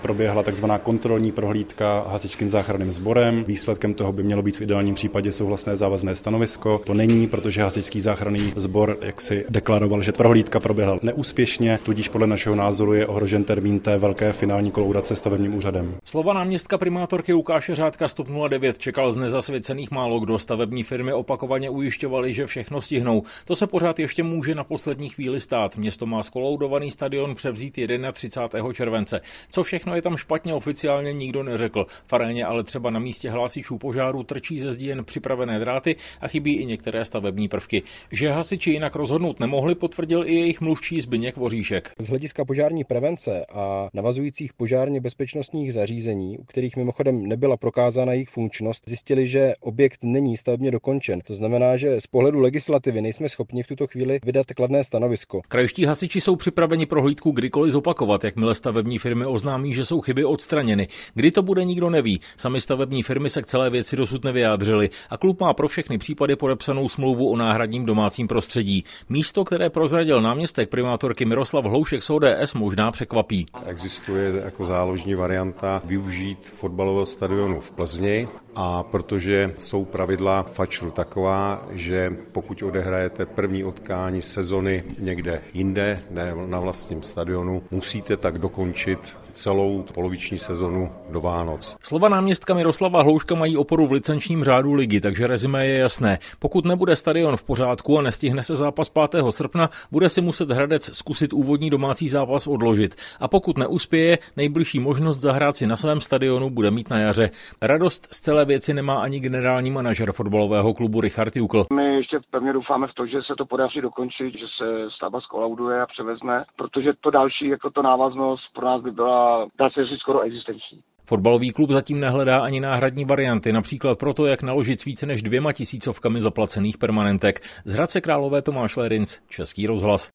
proběhla takzvaná kontrolní prohlídka hasičským záchranným sborem. Výsledkem toho by mělo být v ideálním případě souhlasné závazné stanovisko. To není, protože hasičský záchranný sbor jaksi deklaroval, že prohlídka proběhla neúspěšně, tudíž podle našeho názoru je ohrožen termín té velké finální kolaborace stavebním úřadem. Slova náměstka primátorky Lukáše Řádka z TOP 09 čekal z nezasvěcených málo kdo. Stavební firmy opakovaně ujišťovaly, že všechno stihnou. To se pořád ještě může na poslední chvíli stát. Město má skoloudovaný stadion převzít 31. července. Co všechno je tam špatně, oficiálně nikdo neřekl. V aréně ale třeba na místě hlásičů požáru trčí ze zdí jen připravené dráty a chybí i některé stavební prvky. Že hasiči jinak rozhodnout nemohli, potvrdil i jejich mluvčí Zbyněk Voříšek. Z hlediska požární prevence a navazujících požárně bezpečnostních zařízení, u kterých mimochodem nebyla prokázána jejich funkčnost, zjistili, že objekt není stavebně dokončen. To znamená, že z pohledu legislativy nejsme schopni v tuto chvíli vydat kladné stanovisko. Krajští hasiči jsou připraveni prohlídku kdykoliv zopakovat, jakmile stavební firmy oznámí, že jsou chyby odstraněny. Kdy to bude, nikdo neví. Sami stavební firmy se k celé věci dosud nevyjádřily a klub má pro všechny případy podepsanou smlouvu o náhradním domácím prostředí. Místo, které prozradil náměstek primátorky Miroslav Hloušek z ODS, možná překvapí. Existuje jako záložní varianta využít fotbalového stadionu v Plzni, a protože jsou pravidla fačru taková, že pokud odehrajete první utkání sezony někde jinde, ne na vlastním stadionu, musíte tak dokončit celou poloviční sezonu do Vánoc. Slova náměstka Miroslava Hlouška mají oporu v licenčním řádu ligy, takže rezime je jasné. Pokud nebude stadion v pořádku a nestihne se zápas 5. srpna, bude si muset Hradec zkusit úvodní domácí zápas odložit. A pokud neuspěje, nejbližší možnost zahrát si na svém stadionu bude mít na jaře. Radost z celé věci nemá ani generální manažer fotbalového klubu Richard Jukl. My ještě pevně doufáme v to, že se to podaří dokončit, že se stavba skolauduje a převezme, protože to další, jako to návaznost pro nás by byla, dá se říct, skoro existenční. Fotbalový klub zatím nehledá ani náhradní varianty, například proto, jak naložit s více než 2 000 zaplacených permanentek. Z Hradce Králové Tomáš Lerinc, Český rozhlas.